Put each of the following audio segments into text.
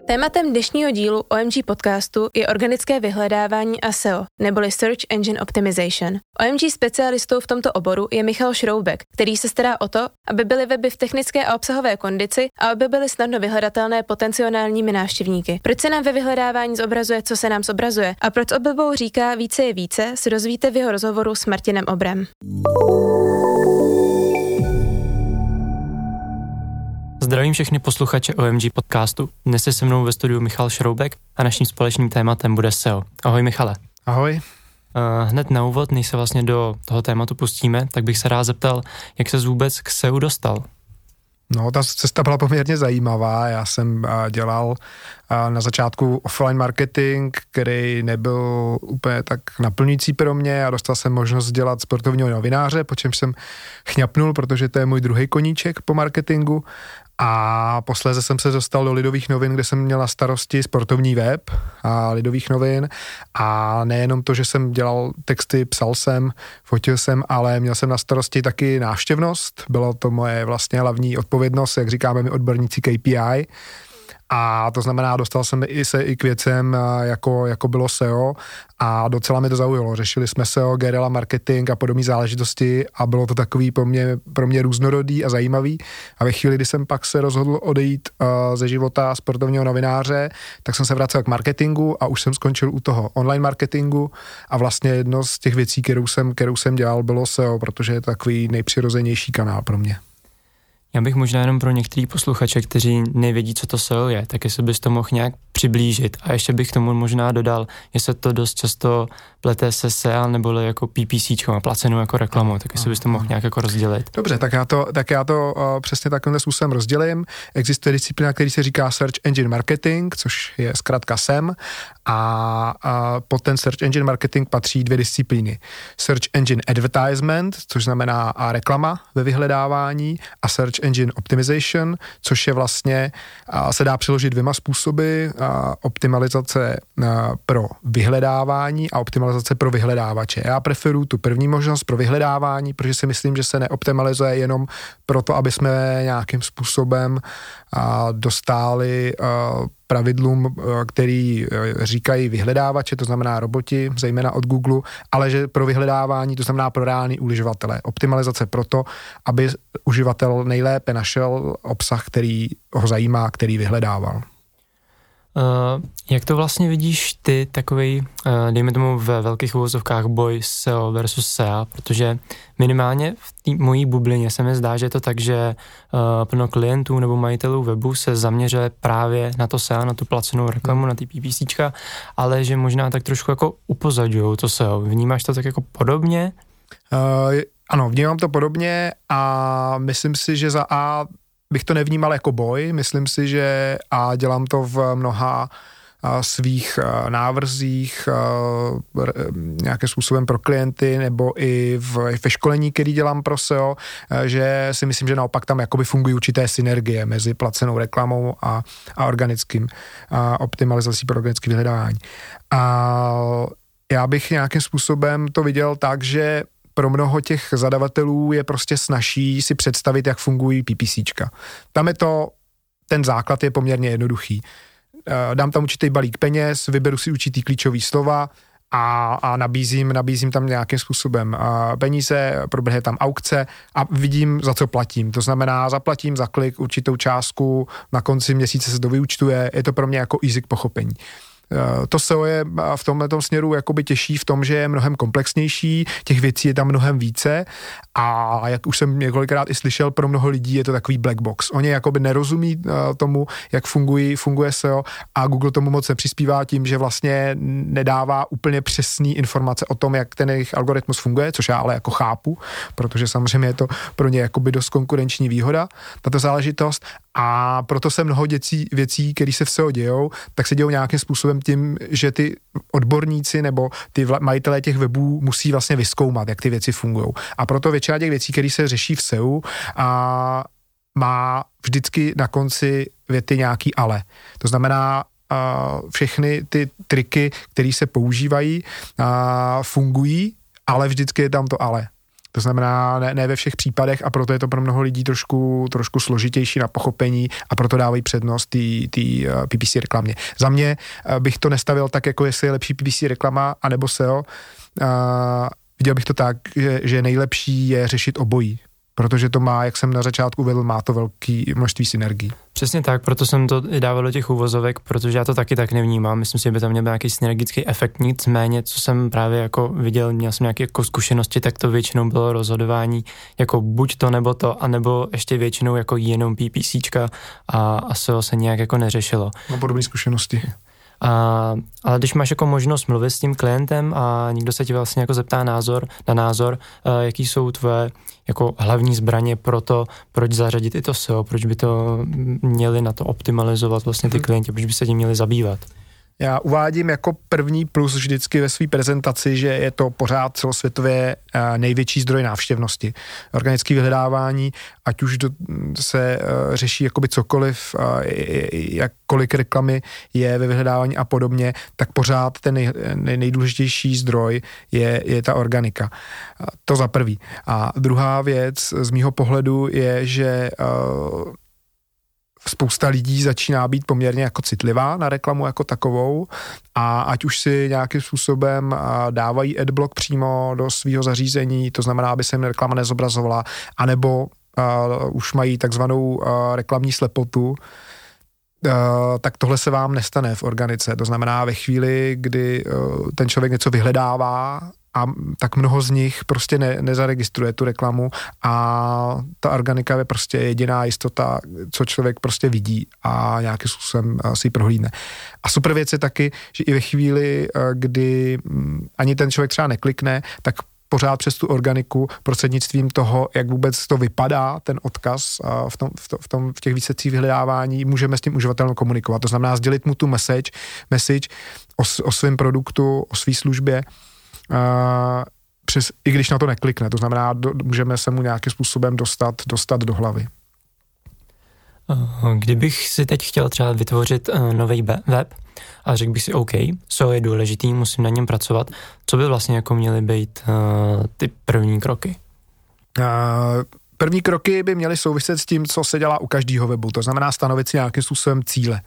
Tématem dnešního dílu OMG podcastu je organické vyhledávání a SEO, neboli Search Engine Optimization. OMG specialistou v tomto oboru je Michal Šroubek, který se stará o to, aby byly weby v technické a obsahové kondici a aby byly snadno vyhledatelné potenciálními návštěvníky. Proč se nám ve vyhledávání zobrazuje, co se nám zobrazuje a proč s oblibou říká více je více, se dozvíte v jeho rozhovoru s Martinem Obrem. Zdravím všechny posluchače OMG podcastu. Dnes je se mnou ve studiu Michal Šroubek a naším společným tématem bude SEO. Ahoj Michale. Ahoj. Hned na úvod, než se vlastně do toho tématu pustíme, tak bych se rád zeptal, jak ses vůbec k SEO dostal? No, ta cesta byla poměrně zajímavá. Já jsem dělal na začátku offline marketing, který nebyl úplně tak naplňující pro mě a dostal jsem možnost dělat sportovního novináře, po čem jsem chňapnul, protože to je můj druhý koníček po marketingu. A posléze jsem se dostal do Lidových novin, kde jsem měl na starosti sportovní web a Lidových novin. A nejenom to, že jsem dělal texty, psal jsem, fotil jsem, ale měl jsem na starosti taky návštěvnost. Bylo to moje vlastně hlavní odpovědnost, jak říkáme my odborníci KPI. A to znamená, dostal jsem se i k věcem, jako bylo SEO a docela mi to zaujalo. Řešili jsme SEO, guerilla marketing a podobné záležitosti a bylo to takový pro mě různorodý a zajímavý. A ve chvíli, kdy jsem pak se rozhodl odejít ze života sportovního novináře, tak jsem se vracel k marketingu a už jsem skončil u toho online marketingu a vlastně jedno z těch věcí, kterou jsem dělal, bylo SEO, protože je to takový nejpřirozenější kanál pro mě. Já bych možná jenom pro některý posluchače, kteří nevědí, co to SEO je, tak jestli bys to mohl nějak přiblížit. A ještě bych tomu možná dodal, jestli to dost často plete se SEO nebo jako PPCčkou a placenou jako reklamu, tak jestli bys to mohl nějak jako rozdělit. Dobře, tak já to přesně takovým způsobem rozdělím. Existuje disciplína, který se říká Search Engine Marketing, což je zkrátka SEM, a pod ten Search Engine Marketing patří dvě disciplíny. Search Engine Advertisement, což znamená reklama ve vyhledávání, a Search Engine Optimization, což je vlastně, se dá přeložit dvěma způsoby, optimalizace pro vyhledávání a optimalizace pro vyhledávače. Já preferuji tu první možnost pro vyhledávání, protože si myslím, že se neoptimalizuje jenom proto, aby jsme nějakým způsobem dostáli pravidlům, který říkají vyhledávače, to znamená roboti, zejména od Google, ale že pro vyhledávání, to znamená pro reální uživatele. Optimalizace proto, aby uživatel nejlépe našel obsah, který ho zajímá, který vyhledával. Jak to vlastně vidíš ty takovej, dejme tomu ve velkých uvozovkách boj SEO versus SEA, protože minimálně v té mojí bublině se mi zdá, že je to tak, že plno klientů nebo majitelů webu se zaměřuje právě na to SEA, na tu placenou reklamu, na ty PPCčka, ale že možná tak trošku jako upozadňujou to SEO. Vnímáš to tak jako podobně? Ano, vnímám to podobně a myslím si, že za A bych to nevnímal jako boj, myslím si, že a dělám to v mnoha svých návrzích nějakým způsobem pro klienty nebo i ve školení, který dělám pro SEO, že si myslím, že naopak tam jakoby fungují určité synergie mezi placenou reklamou a organickým optimalizací pro organické vyhledávání. A já bych nějakým způsobem to viděl tak, že pro mnoho těch zadavatelů je prostě snazší si představit, jak fungují PPCčka. Tam je to, ten základ je poměrně jednoduchý. Dám tam určitý balík peněz, vyberu si určitý klíčový slova a nabízím tam nějakým způsobem peníze, proběhne tam aukce a vidím, za co platím. To znamená, zaplatím za klik určitou částku, na konci měsíce se to vyúčtuje, je to pro mě jako easy k pochopení. To SEO je v tomhletom směru jakoby těžší v tom, že je mnohem komplexnější, těch věcí je tam mnohem více a jak už jsem několikrát i slyšel, pro mnoho lidí je to takový black box. Oni jakoby nerozumí tomu, jak funguje SEO a Google tomu moc nepřispívá tím, že vlastně nedává úplně přesné informace o tom, jak ten jejich algoritmus funguje, což já ale jako chápu, protože samozřejmě je to pro ně jakoby dost konkurenční výhoda, tato záležitost. A proto se mnoho věcí, které se v SEO dějou, tak se dějou nějakým způsobem tím, že ty odborníci nebo ty majitelé těch webů musí vlastně vyzkoumat, jak ty věci fungují. A proto většina těch věcí, které se řeší v SEO, má vždycky na konci věty nějaký ale. To znamená, všechny ty triky, které se používají, fungují, ale vždycky je tam to ale. To znamená ne ve všech případech a proto je to pro mnoho lidí trošku složitější na pochopení a proto dávají přednost té PPC reklamě. Za mě bych to nestavil tak, jako jestli je lepší PPC reklama anebo SEO. Viděl bych to tak, že nejlepší je řešit obojí. Protože to má, jak jsem na začátku uvedl, má to velké množství synergií. Přesně tak, proto jsem to i dával do těch uvozovek, protože já to taky tak nevnímám. Myslím si, že by tam měl nějaký synergický efekt, nicméně, co jsem právě jako viděl, měl jsem nějaké jako zkušenosti, tak to většinou bylo rozhodování jako buď to nebo to, anebo ještě většinou jako jenom PPCčka a SEO se nějak jako neřešilo. Mám podobné zkušenosti. Ale když máš jako možnost mluvit s tím klientem a někdo se ti vlastně jako zeptá na názor, jaký jsou tvoje jako hlavní zbraně pro to, proč zařadit i to SEO, proč by to měli na to optimalizovat vlastně ty klienti, proč by se tím měli zabývat. Já uvádím jako první plus vždycky ve své prezentaci, že je to pořád celosvětově největší zdroj návštěvnosti. Organické vyhledávání, ať už se řeší jakoby cokoliv, jakkoliv reklamy je ve vyhledávání a podobně, tak pořád ten nejdůležitější zdroj je ta organika. To za prvý. A druhá věc z mýho pohledu je, že spousta lidí začíná být poměrně jako citlivá na reklamu jako takovou a ať už si nějakým způsobem dávají adblock přímo do svého zařízení, to znamená, aby se jim reklama nezobrazovala, anebo už mají takzvanou reklamní slepotu, tak tohle se vám nestane v organice. To znamená, ve chvíli, kdy ten člověk něco vyhledává, a tak mnoho z nich prostě nezaregistruje tu reklamu a ta organika je prostě jediná jistota, co člověk prostě vidí a nějakým způsobem si ji prohlídne. A super věc je taky, že i ve chvíli, kdy ani ten člověk třeba neklikne, tak pořád přes tu organiku prostřednictvím toho, jak vůbec to vypadá, ten odkaz v těch výsledcích vyhledávání, můžeme s tím uživatelem komunikovat. To znamená sdělit mu tu message o svém produktu, o své službě, i když na to neklikne, to znamená, můžeme se mu nějakým způsobem dostat do hlavy. Kdybych si teď chtěl třeba vytvořit nový web a řekl bych si OK, SEO je důležitý, musím na něm pracovat, co by vlastně jako měly být ty první kroky? První kroky by měly souviset s tím, co se dělá u každého webu, to znamená stanovit si nějakým způsobem cíle.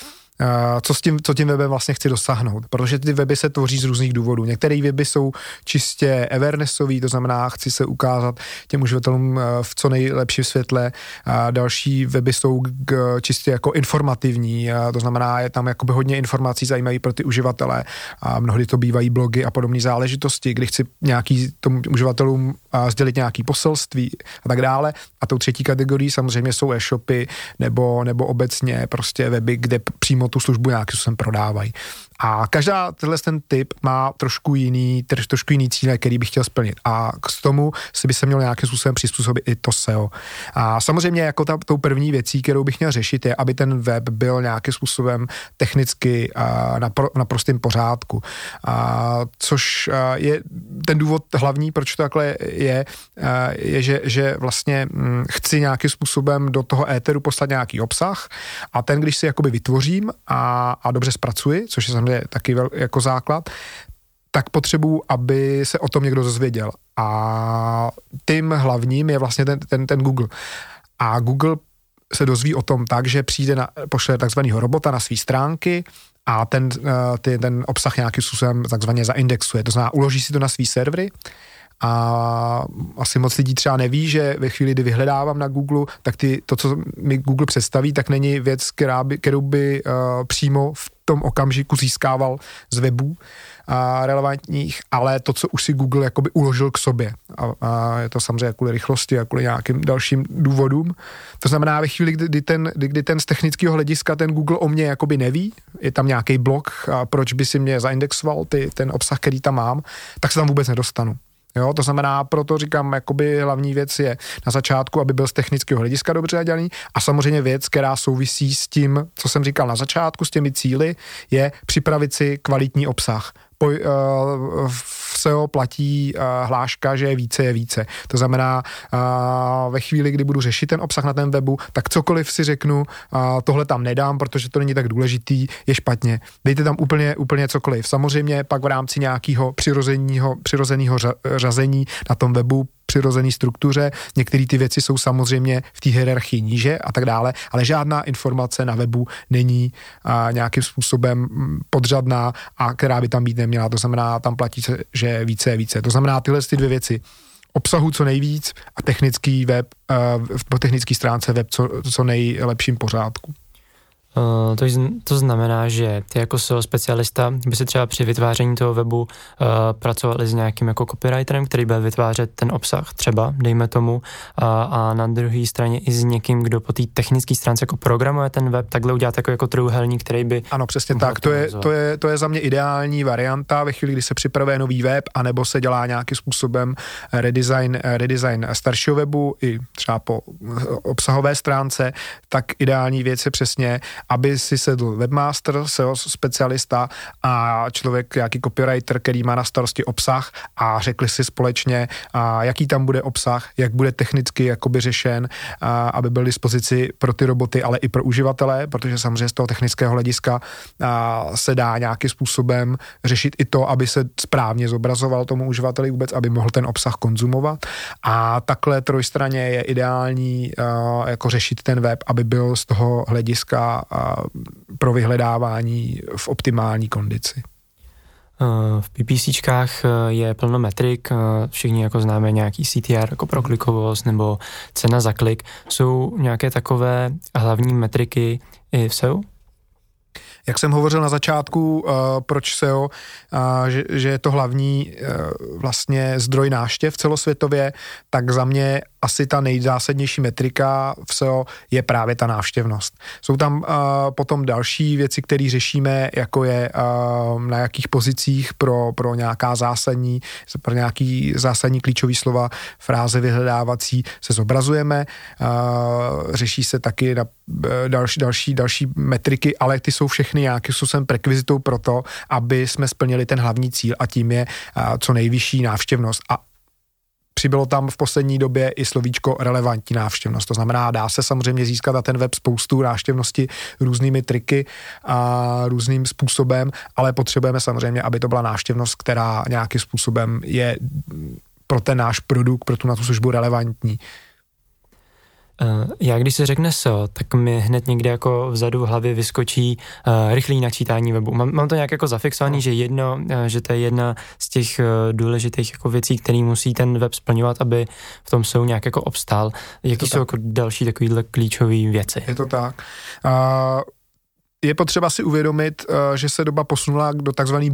Co tím webem vlastně chci dosáhnout, protože ty weby se tvoří z různých důvodů. Některé weby jsou čistě awarenessový, to znamená, chci se ukázat těm uživatelům v co nejlepším světle. Další weby jsou čistě jako informativní, to znamená, je tam jakoby hodně informací zajímavý pro ty uživatele a mnohdy to bývají blogy a podobné záležitosti, kdy chci tomu uživatelům sdělit nějaký poselství a tak dále. A tou třetí kategorií samozřejmě jsou e-shopy nebo obecně prostě weby, kde přímo tu službu nějakým způsobem prodávají. A každá ten typ má trošku jiný cíle, který bych chtěl splnit. A k tomu si by se měl nějakým způsobem přizpůsobit i to SEO. A samozřejmě jako tou první věcí, kterou bych měl řešit, je, aby ten web byl nějakým způsobem technicky na prostém pořádku. Což je ten důvod hlavní, proč to takhle je, že vlastně chci nějakým způsobem do toho éteru poslat nějaký obsah a ten, když si jakoby vytvořím a dobře zpracuji, což je samozřejmě taky jako základ, tak potřebuji, aby se o tom někdo dozvěděl. A tím hlavním je vlastně ten Google. A Google se dozví o tom tak, že pošle takzvanýho robota na své stránky a ten obsah nějakým způsobem takzvaně zaindexuje. To znamená, uloží si to na svý servery a asi moc lidí třeba neví, že ve chvíli, kdy vyhledávám na Google, tak to, co mi Google představí, tak není věc, kterou by přímo v tom okamžiku získával z webů relevantních, ale to, co už si Google jakoby uložil k sobě. A je to samozřejmě kvůli rychlosti a kvůli nějakým dalším důvodům. To znamená, ve chvíli, kdy ten z technického hlediska ten Google o mě jakoby neví, je tam nějaký blok, proč by si mě zaindexoval ten obsah, který tam mám, tak se tam vůbec nedostanu. Jo, to znamená, proto říkám, jakoby hlavní věc je na začátku, aby byl z technického hlediska dobře dělaný a samozřejmě věc, která souvisí s tím, co jsem říkal na začátku, s těmi cíli, je připravit si kvalitní obsah. V SEO platí hláška, že je více. To znamená, ve chvíli, kdy budu řešit ten obsah na tom webu, tak cokoliv si řeknu, tohle tam nedám, protože to není tak důležitý, je špatně. Dejte tam úplně cokoliv. Samozřejmě pak v rámci nějakého přirozeného řazení na tom webu přirozené struktuře, některé ty věci jsou samozřejmě v té hierarchii níže a tak dále, ale žádná informace na webu není nějakým způsobem podřadná a která by tam být neměla. To znamená, tam platí, že více je více. To znamená tyhle ty dvě věci. Obsahu co nejvíc a technický web, po technické stránce web co nejlepším pořádku. To znamená, že ty jako SEO specialista by si třeba při vytváření toho webu pracovali s nějakým jako copywriterem, který bude vytvářet ten obsah třeba, dejme tomu, a na druhé straně i s někým, kdo po té technické stránce jako programuje ten web, takhle udělá takový jako trojúhelník, který by... Ano, přesně tak, to je za mě ideální varianta ve chvíli, kdy se připravuje nový web, anebo se dělá nějakým způsobem redesign staršího webu i třeba po obsahové stránce, tak ideální věc je přesně, aby si sedl webmaster, SEO specialista a člověk, nějaký copywriter, který má na starosti obsah a řekli si společně, jaký tam bude obsah, jak bude technicky jakoby řešen, aby byl k dispozici pro ty roboty, ale i pro uživatele, protože samozřejmě z toho technického hlediska se dá nějakým způsobem řešit i to, aby se správně zobrazoval tomu uživateli vůbec, aby mohl ten obsah konzumovat. A takhle trojstraně je ideální jako řešit ten web, aby byl z toho hlediska pro vyhledávání v optimální kondici. V PPCčkách je plno metrik, všichni jako známe nějaký CTR jako pro klikovost nebo cena za klik. Jsou nějaké takové hlavní metriky i v SEO? Jak jsem hovořil na začátku, proč SEO, že je to hlavní vlastně zdroj návštěv celosvětově, tak za mě asi ta nejzásadnější metrika v SEO je právě ta návštěvnost. Jsou tam potom další věci, které řešíme, jako je na jakých pozicích pro nějaký zásadní klíčový slova, fráze vyhledávací se zobrazujeme. Řeší se taky na další metriky, ale ty jsou všechny nějakým způsobem rekvizitou pro to, aby jsme splnili ten hlavní cíl a tím je co nejvyšší návštěvnost. A přibylo tam v poslední době i slovíčko relevantní návštěvnost. To znamená, dá se samozřejmě získat na ten web spoustu návštěvnosti různými triky a různým způsobem, ale potřebujeme samozřejmě, aby to byla návštěvnost, která nějakým způsobem je pro ten náš produkt, pro tu na tu službu relevantní. Já když se řekne SEO, tak mi hned někde jako vzadu v hlavě vyskočí rychlý načítání webu. Mám to nějak jako zafixovaný, že to je jedna z těch důležitých jako věcí, které musí ten web splňovat, aby v tom SEO nějak jako obstál. Jaký jsou jako další takovýhle klíčové věci? Je to tak. Je potřeba si uvědomit, že se doba posunula do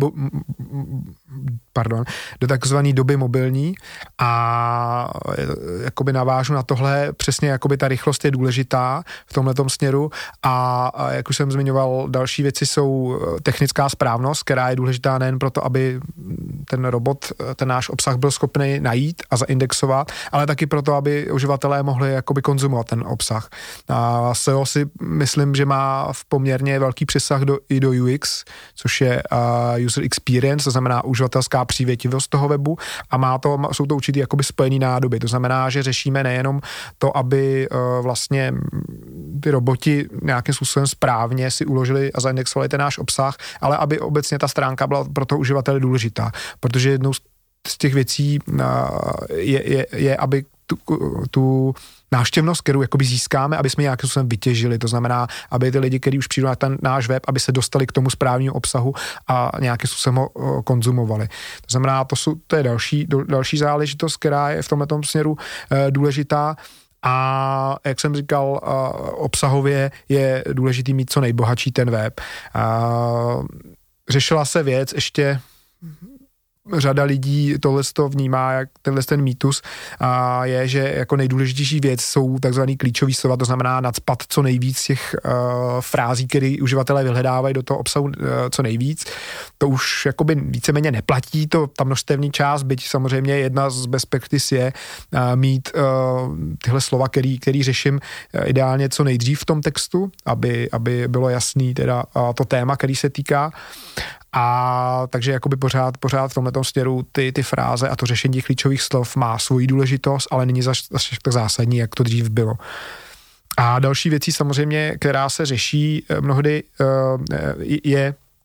takzvané doby mobilní a jakoby navážu na tohle, přesně jakoby ta rychlost je důležitá v tomhletom směru a jak už jsem zmiňoval, další věci jsou technická správnost, která je důležitá nejen proto, aby ten robot, ten náš obsah byl schopný najít a zaindexovat, ale taky proto, aby uživatelé mohli jakoby konzumovat ten obsah. A SEO si myslím, že má v poměrně velký přesah i do UX, což je user experience, to znamená uživatelská přívětivost toho webu a jsou to určitý jakoby spojený nádoby. To znamená, že řešíme nejenom to, aby vlastně ty roboti nějakým způsobem správně si uložili a zaindexovali ten náš obsah, ale aby obecně ta stránka byla pro toho uživatele důležitá, protože jednou z těch věcí je aby tu návštěvnost, kterou jakoby získáme, aby jsme nějakým způsobem vytěžili. To znamená, aby ty lidi, kteří už přijdou na ten náš web, aby se dostali k tomu správnému obsahu a nějakým způsobem ho konzumovali. To znamená, to je další záležitost, která je v tomto směru důležitá. A jak jsem říkal, obsahově je důležitý mít co nejbohatší ten web. Řešila se věc ještě řada lidí tohle to vnímá, jak ten mýtus je, že jako nejdůležitější věc jsou takzvaný klíčový slova, to znamená nacpat co nejvíc těch frází, které uživatelé vyhledávají do toho obsahu co nejvíc. To už jakoby víceméně neplatí, ta množstevní část, byť samozřejmě jedna z best practice je mít tyhle slova, který řeším ideálně co nejdřív v tom textu, aby bylo jasný teda to téma, který se týká. A takže jakoby pořád v tomhletom směru ty fráze a to řešení těch klíčových slov má svoji důležitost, ale není zase tak zásadní, jak to dřív bylo. A další věcí samozřejmě, která se řeší mnohdy, je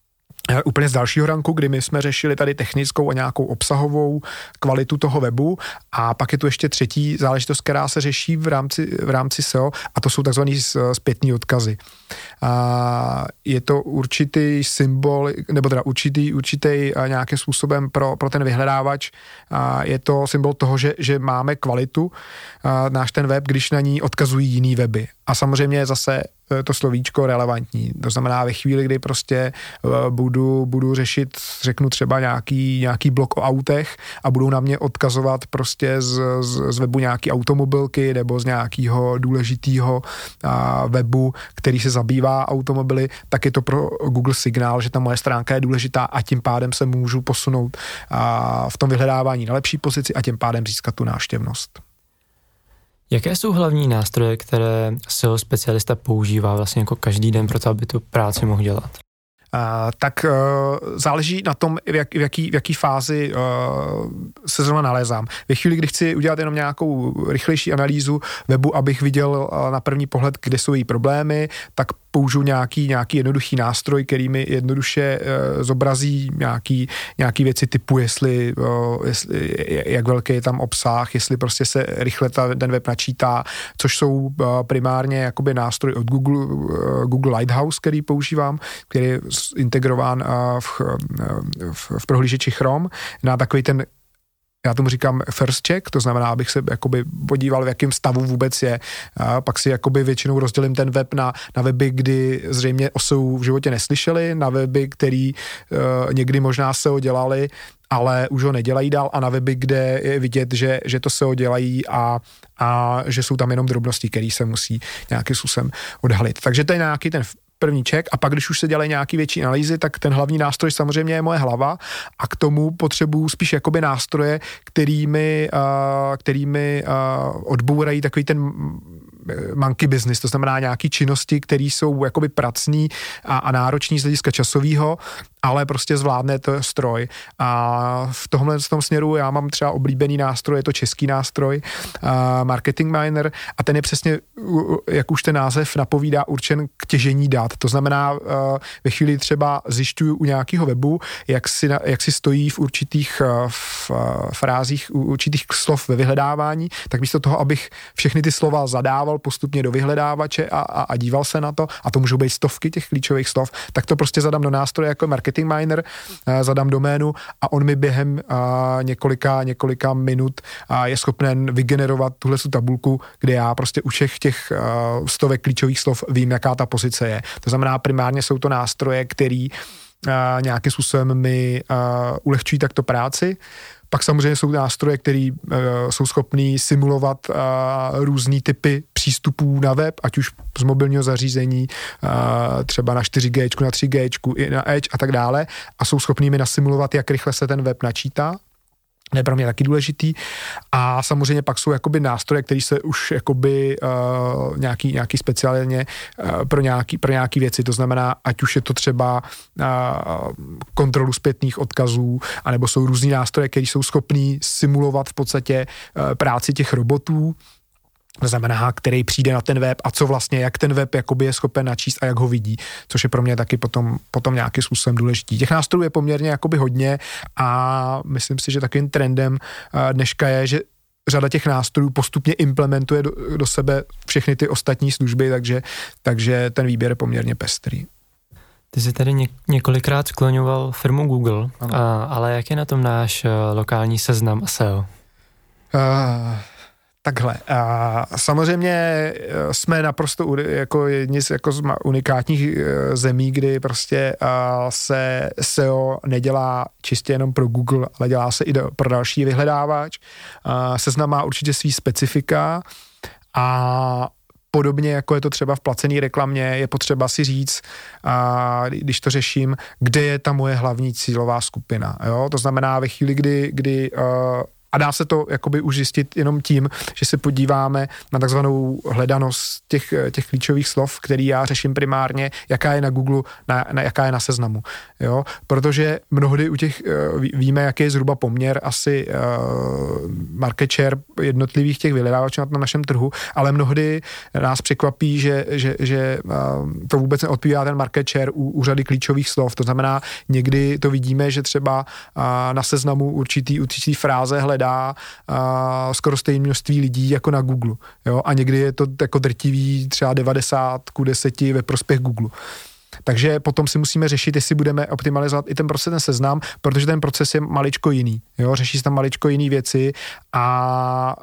úplně z dalšího ranku, kdy my jsme řešili tady technickou a nějakou obsahovou kvalitu toho webu a pak je tu ještě třetí záležitost, která se řeší v rámci SEO a to jsou takzvaný zpětný odkazy. Je to určitý symbol, nebo teda určitý nějakým způsobem pro ten vyhledávač. Je to symbol toho, že máme kvalitu náš ten web, když na ní odkazují jiný weby. A samozřejmě je zase to slovíčko relevantní. To znamená ve chvíli, kdy prostě budu řešit, řeknu třeba nějaký blog o autech a budou na mě odkazovat prostě z webu nějaký automobilky nebo z nějakého důležitého webu, který se zabývá automobily, tak je to pro Google signál, že ta moje stránka je důležitá a tím pádem se můžu posunout v tom vyhledávání na lepší pozici a tím pádem získat tu návštěvnost. Jaké jsou hlavní nástroje, které SEO specialista používá vlastně jako každý den pro to, aby tu práci mohl dělat? Tak záleží na tom, v jaký fázi se zrovna nalézám. Ve chvíli, kdy chci udělat jenom nějakou rychlejší analýzu webu, abych viděl na první pohled, kde jsou její problémy, tak použiju nějaký jednoduchý nástroj, který mi jednoduše zobrazí nějaký věci typu, jestli jak velký je tam obsah, jestli prostě se rychle ten web načítá, což jsou primárně jakoby nástroj od Google Lighthouse, který používám, který je integrován v prohlížeči Chrome na takový ten, já tomu říkám first check, to znamená, abych se jakoby podíval, v jakém stavu vůbec je. A pak si jakoby většinou rozdělím ten web na weby, kdy zřejmě o SEO v životě neslyšeli, na weby, který někdy možná SEO dělali, ale už ho nedělají dál a na weby, kde je vidět, že to SEO dělají a že jsou tam jenom drobnosti, které se musí nějakým způsobem odhalit. Takže to je nějaký ten první check a pak, když už se dělají nějaký větší analýzy, tak ten hlavní nástroj samozřejmě je moje hlava a k tomu potřebuju spíš jakoby nástroje, kterými odbourají takový ten monkey business, to znamená nějaký činnosti, které jsou jakoby pracný a náročný z hlediska časového, ale prostě zvládne to stroj. A v tom směru já mám třeba oblíbený nástroj, je to český nástroj, Marketing Miner, a ten je přesně, jak už ten název napovídá, určen k těžení dat. To znamená, ve chvíli třeba zjišťuju u nějakého webu, jak si stojí v určitých frázích, u určitých slov ve vyhledávání, tak místo toho, abych všechny ty slova zadával postupně do vyhledávače a díval se na to, a to můžou být stovky těch klíčových slov, tak to prostě zadám do nástroje jako Marketing Miner, zadám doménu a on mi během několika minut je schopen vygenerovat tuhle tabulku, kde já prostě u všech těch stovek klíčových slov vím, jaká ta pozice je. To znamená, primárně jsou to nástroje, který nějakým způsobem mi ulehčují takto práci. Pak samozřejmě jsou nástroje, které jsou schopný simulovat různý typy přístupů na web, ať už z mobilního zařízení, třeba na 4G, na 3G, i na Edge a tak dále, a jsou schopný mi nasimulovat, jak rychle se ten web načítá. To je pro mě taky důležitý. A samozřejmě pak jsou jakoby nástroje, které se už jakoby nějaký speciálně pro nějaký věci. To znamená, ať už je to třeba kontrolu zpětných odkazů, anebo jsou různý nástroje, které jsou schopný simulovat v podstatě práci těch robotů. To znamená, který přijde na ten web a co vlastně, jak ten web jakoby je schopen načíst a jak ho vidí, což je pro mě taky potom nějakým způsobem důležitý. Těch nástrojů je poměrně jakoby hodně a myslím si, že takovým trendem dneška je, že řada těch nástrojů postupně implementuje do sebe všechny ty ostatní služby, takže ten výběr je poměrně pestrý. Ty jsi tady několikrát skloňoval firmu Google, ale jak je na tom náš lokální Seznam a SEO? Takhle, samozřejmě jsme naprosto jako jedni z unikátních zemí, kdy prostě se SEO nedělá čistě jenom pro Google, ale dělá se i pro další vyhledávač. Seznam má určitě svý specifika a podobně, jako je to třeba v placené reklamě, je potřeba si říct, když to řeším, kde je ta moje hlavní cílová skupina. Jo? To znamená, ve chvíli, kdy A dá se to jakoby už zjistit jenom tím, že se podíváme na takzvanou hledanost těch klíčových slov, který já řeším primárně, jaká je na Google, jaká je na Seznamu. Jo? Protože mnohdy u těch víme, jaký je zhruba poměr asi market share jednotlivých těch vyhledávačů na našem trhu, ale mnohdy nás překvapí, že to vůbec neodpovídá ten market share u řady klíčových slov. To znamená, někdy to vidíme, že třeba na Seznamu určitý fráze hledá skoro stejné množství lidí jako na Google. Jo? A někdy je to jako drtivý třeba 90:10 ve prospěch Google. Takže potom si musíme řešit, jestli budeme optimalizovat i ten seznam, protože ten proces je maličko jiný. Jo? Řeší se tam maličko jiný věci a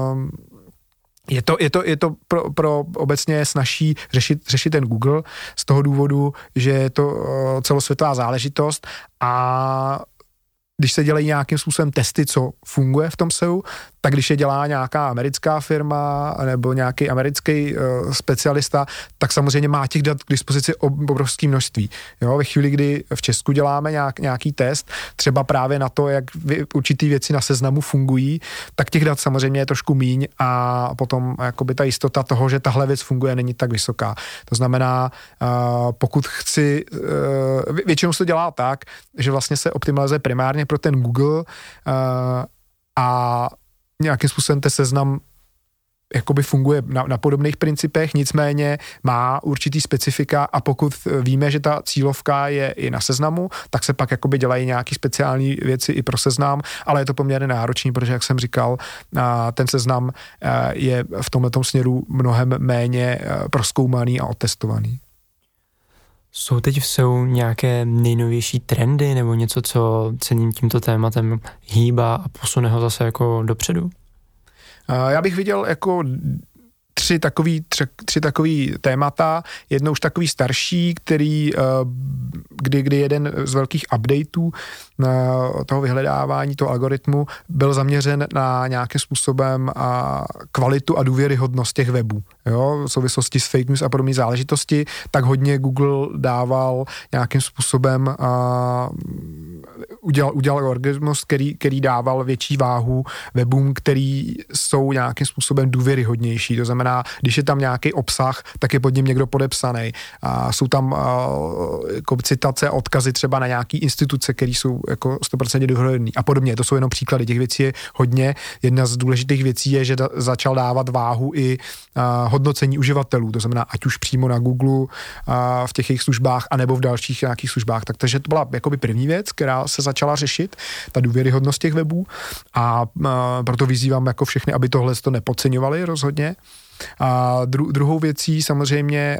je to pro obecně snaží řešit ten Google z toho důvodu, že je to celosvětová záležitost a když se dělají nějakým způsobem testy, co funguje v tom SEO, tak když je dělá nějaká americká firma nebo nějaký americký specialista, tak samozřejmě má těch dat k dispozici obrovské množství. Jo, ve chvíli, kdy v Česku děláme nějaký test, třeba právě na to, jak určitý věci na Seznamu fungují, tak těch dat samozřejmě je trošku míň a potom jakoby ta jistota toho, že tahle věc funguje, není tak vysoká. To znamená, pokud chci, většinou se to dělá tak, že vlastně se optimalizuje primárně pro ten Google a nějakým způsobem ten Seznam jakoby funguje na podobných principech, nicméně má určitý specifika a pokud víme, že ta cílovka je i na Seznamu, tak se pak jakoby dělají nějaký speciální věci i pro Seznam, ale je to poměrně náročný, protože jak jsem říkal, ten Seznam je v tomhletom směru mnohem méně prozkoumaný a otestovaný. Jsou teď v SEO nějaké nejnovější trendy nebo něco, co celým tímto tématem hýbá a posune ho zase jako dopředu? Já bych viděl jako tři takový témata. Jedno už takový starší, kdy jeden z velkých updateů toho vyhledávání, toho algoritmu byl zaměřen na nějakým způsobem kvalitu a důvěryhodnost těch webů. Jo, v souvislosti s fake news a podobné záležitosti, tak hodně Google dával nějakým způsobem udělal algoritmus, který dával větší váhu webům, který jsou nějakým způsobem důvěryhodnější. To znamená, když je tam nějaký obsah, tak je pod ním někdo podepsaný. Jsou tam jako citace a odkazy třeba na nějaký instituce, které jsou jako 100% důvěryhodné a podobně. To jsou jenom příklady. Těch věcí je hodně. Jedna z důležitých věcí je, že začal dávat váhu i hodnocení uživatelů, to znamená ať už přímo na Google v těch jejich službách, anebo v dalších nějakých službách. Takže to byla jakoby první věc, která se začala řešit, ta důvěryhodnost těch webů a proto vyzývám jako všechny, aby tohle to nepodceňovali rozhodně. A druhou věcí samozřejmě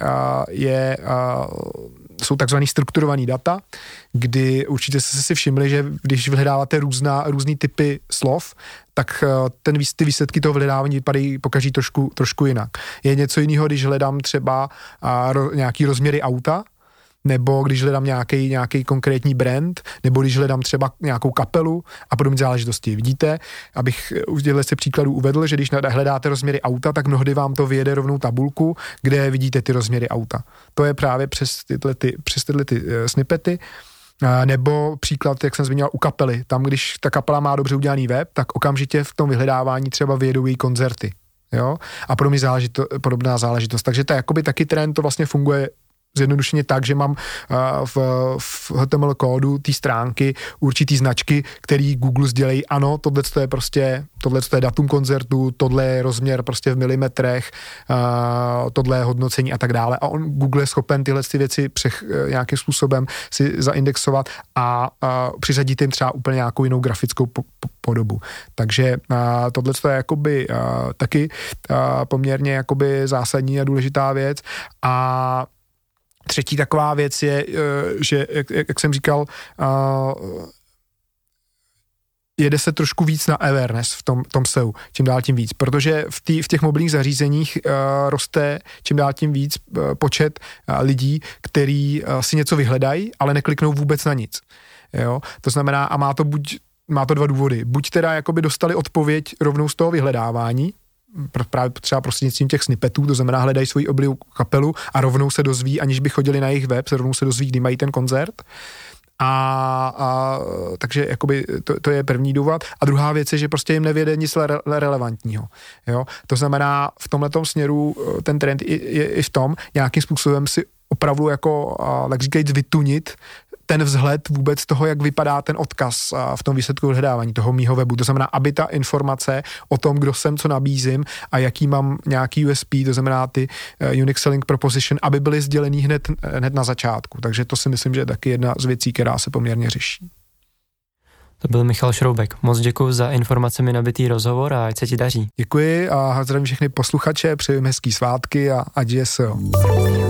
jsou takzvaný strukturovaný data, kdy určitě jste si všimli, že když vyhledáváte různý typy slov, tak ty výsledky toho vyhledávání vypadají pokaždé trošku jinak. Je něco jiného, když hledám třeba nějaký rozměry auta, nebo když hledám nějaký konkrétní brand, nebo když hledám třeba nějakou kapelu a podobné záležitosti. Vidíte, abych už těchto příkladů uvedl, že když hledáte rozměry auta, tak mnohdy vám to vyjede rovnou tabulku, kde vidíte ty rozměry auta. To je právě přes tyhle snippety. Nebo příklad, jak jsem zmínil, u kapely. Tam, když ta kapela má dobře udělaný web, tak okamžitě v tom vyhledávání třeba vyjedou její koncerty. Jo? A podobná záležitost. Takže to je jakoby taky trend, to vlastně funguje zjednodušeně tak, že mám v HTML kódu té stránky určitý značky, který Google sdělejí, ano, tohle je datum koncertu, tohle je rozměr prostě v milimetrech, tohle je hodnocení a tak dále. A Google je schopen tyhle věci nějakým způsobem si zaindexovat a přiřadit jim třeba úplně nějakou jinou grafickou podobu. Takže tohle je jakoby taky poměrně jakoby zásadní a důležitá věc. A třetí taková věc je, že, jak jsem říkal, jede se trošku víc na awareness v tom SEO, čím dál tím víc, protože v těch mobilních zařízeních roste čím dál tím víc počet lidí, který si něco vyhledají, ale nekliknou vůbec na nic. Jo? To znamená, a má to dva důvody. Buď teda jakoby dostali odpověď rovnou z toho vyhledávání, právě třeba prostřednictvím těch snippetů, to znamená hledají svoji oblíbenou kapelu a rovnou se dozví, aniž by chodili na jejich web, rovnou se dozví, kdy mají ten koncert. a takže jakoby to je první důvod. A druhá věc je, že prostě jim nevěde nic relevantního. Jo? To znamená, v tomhletom směru ten trend je i v tom, nějakým způsobem si opravdu jako, tak říkajíc, vytunit ten vzhled vůbec toho, jak vypadá ten odkaz v tom výsledku vyhledávání toho mýho webu. To znamená, aby ta informace o tom, kdo jsem, co nabízím a jaký mám nějaký USP, to znamená ty Unique Selling Proposition, aby byly sdělený hned na začátku. Takže to si myslím, že je taky jedna z věcí, která se poměrně řeší. To byl Michal Šroubek. Moc děkuji za informacemi nabitý rozhovor a ať se ti daří. Děkuji a zdravím všechny posluchače, přeju hezký svátky a ať je SEO.